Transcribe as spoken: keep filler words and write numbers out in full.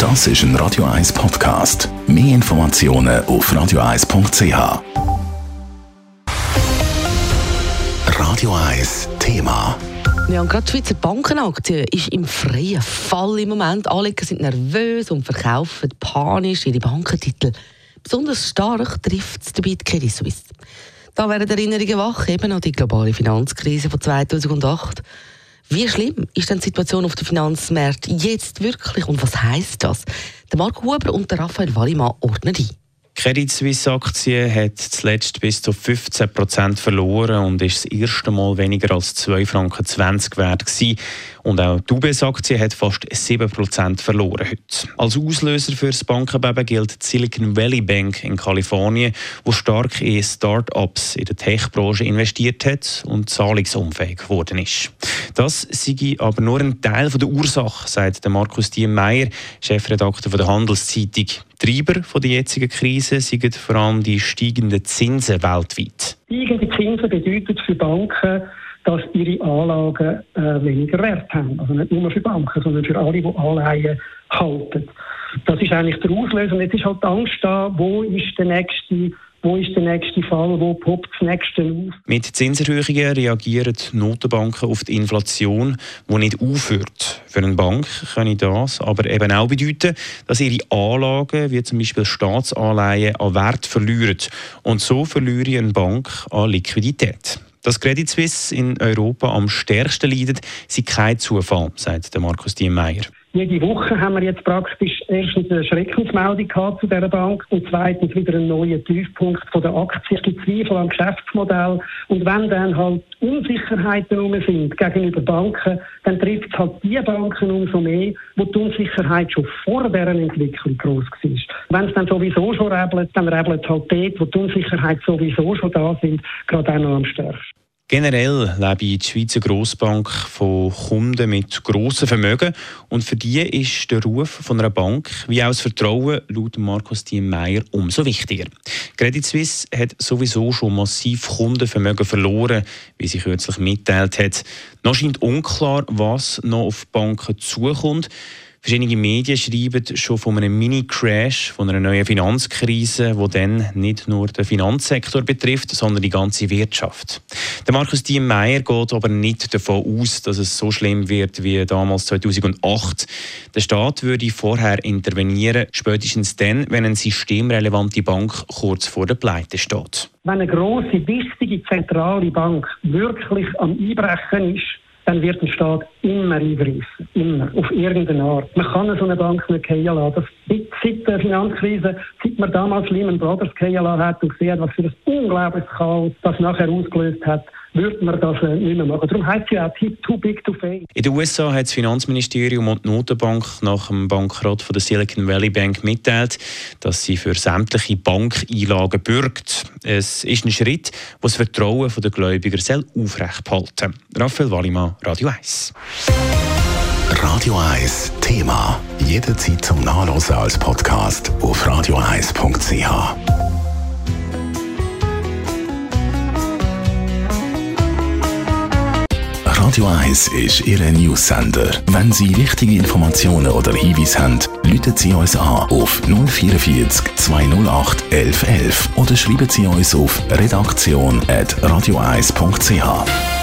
Das ist ein Radio eins Podcast. Mehr Informationen auf radio eins punkt c h. Radio eins Thema. Ja, und gerade die Schweizer Bankenaktien ist im freien Fall im Moment. Anleger sind nervös und verkaufen panisch ihre Bankentitel. Besonders stark trifft es dabei die Credit Suisse. Da werden Erinnerungen wach, eben an die globale Finanzkrise von zweitausendacht. Wie schlimm ist denn die Situation auf den Finanzmärkten jetzt wirklich und was heisst das? Der Marc Huber und der Raphael Wallimann ordnen ein. Die Credit Suisse Aktie hat zuletzt bis zu fünfzehn Prozent verloren und ist das erste Mal weniger als zwei Franken zwanzig wert gewesen. Und auch die U B S-Aktie hat fast sieben Prozent verloren heute. Als Auslöser für das Bankenbeben gilt die Silicon Valley Bank in Kalifornien, die stark in Start-ups in der Tech-Branche investiert hat und zahlungsunfähig geworden ist. Das sei aber nur ein Teil der Ursache, sagt Markus Diemeyer, Chefredakteur der Handelszeitung. Treiber der jetzigen Krise sind vor allem die steigenden Zinsen weltweit. Steigende Zinsen bedeuten für Banken, dass ihre Anlagen äh, weniger Wert haben. Also nicht nur für Banken, sondern für alle, die Anleihen halten. Das ist eigentlich der Auslöser. Und jetzt ist halt die Angst da, wo ist der nächste Wo ist der nächste Fall? Wo poppt das nächste auf? Mit Zinserhöhungen reagieren die Notenbanken auf die Inflation, die nicht aufhört. Für eine Bank kann das aber eben auch bedeuten, dass ihre Anlagen, wie zum Beispiel Staatsanleihen, an Wert verlieren. Und so verliert eine Bank an Liquidität. Dass Credit Suisse in Europa am stärksten leidet, sei kein Zufall, sagt Markus Diemeyer. Jede Woche haben wir jetzt praktisch erstens eine Schreckensmeldung gehabt zu dieser Bank und zweitens wieder einen neuen Tiefpunkt von der Aktie. Es gibt Zweifel am Geschäftsmodell und wenn dann halt Unsicherheiten rum sind gegenüber Banken, dann trifft es halt die Banken umso mehr, wo die Unsicherheit schon vor deren Entwicklung gross war. Wenn es dann sowieso schon rebelt, dann rebelt es halt dort, wo die Unsicherheit sowieso schon da sind, gerade auch noch am stärksten. Generell lebe die Schweizer Grossbank von Kunden mit grossen Vermögen und für die ist der Ruf von einer Bank wie auch das Vertrauen laut Markus Diemeyer umso wichtiger. Credit Suisse hat sowieso schon massiv Kundenvermögen verloren, wie sie kürzlich mitteilt hat. Noch scheint unklar, was noch auf Banken zukommt. Verschiedene Medien schreiben schon von einem Mini-Crash, von einer neuen Finanzkrise, die dann nicht nur den Finanzsektor betrifft, sondern die ganze Wirtschaft. Der Markus Diemeyer geht aber nicht davon aus, dass es so schlimm wird wie damals zweitausendacht. Der Staat würde vorher intervenieren, spätestens dann, wenn eine systemrelevante Bank kurz vor der Pleite steht. Wenn eine grosse, wichtige, zentrale Bank wirklich am Einbrechen ist, dann wird der Staat immer eingreifen. Immer. Auf irgendeine Art. Man kann so eine Bank nicht fallen lassen. Das, seit der Finanzkrise, seit man damals Lehman Brothers fallen lassen hat und gesehen hat, was für ein unglaubliches Chaos das nachher ausgelöst hat, würde man das äh, nicht mehr machen. Darum heisst es ja auch «too big to fail». In den U S A hat das Finanzministerium und die Notenbank nach dem Bankrott von der Silicon Valley Bank mitteilt, dass sie für sämtliche Bankeinlagen bürgt. Es ist ein Schritt, der das Vertrauen der Gläubiger aufrecht behalten soll. Raphael Wallimann, Radio eins. Radio eins Thema. Jederzeit zum Nachlesen als Podcast auf radio eins punkt c h. Radio eins ist Ihr News-Sender. Wenn Sie wichtige Informationen oder Hinweise haben, rufen Sie uns an auf null vierundvierzig zweihundertacht elf elf oder schreiben Sie uns auf redaktion at radio eins punkt c h.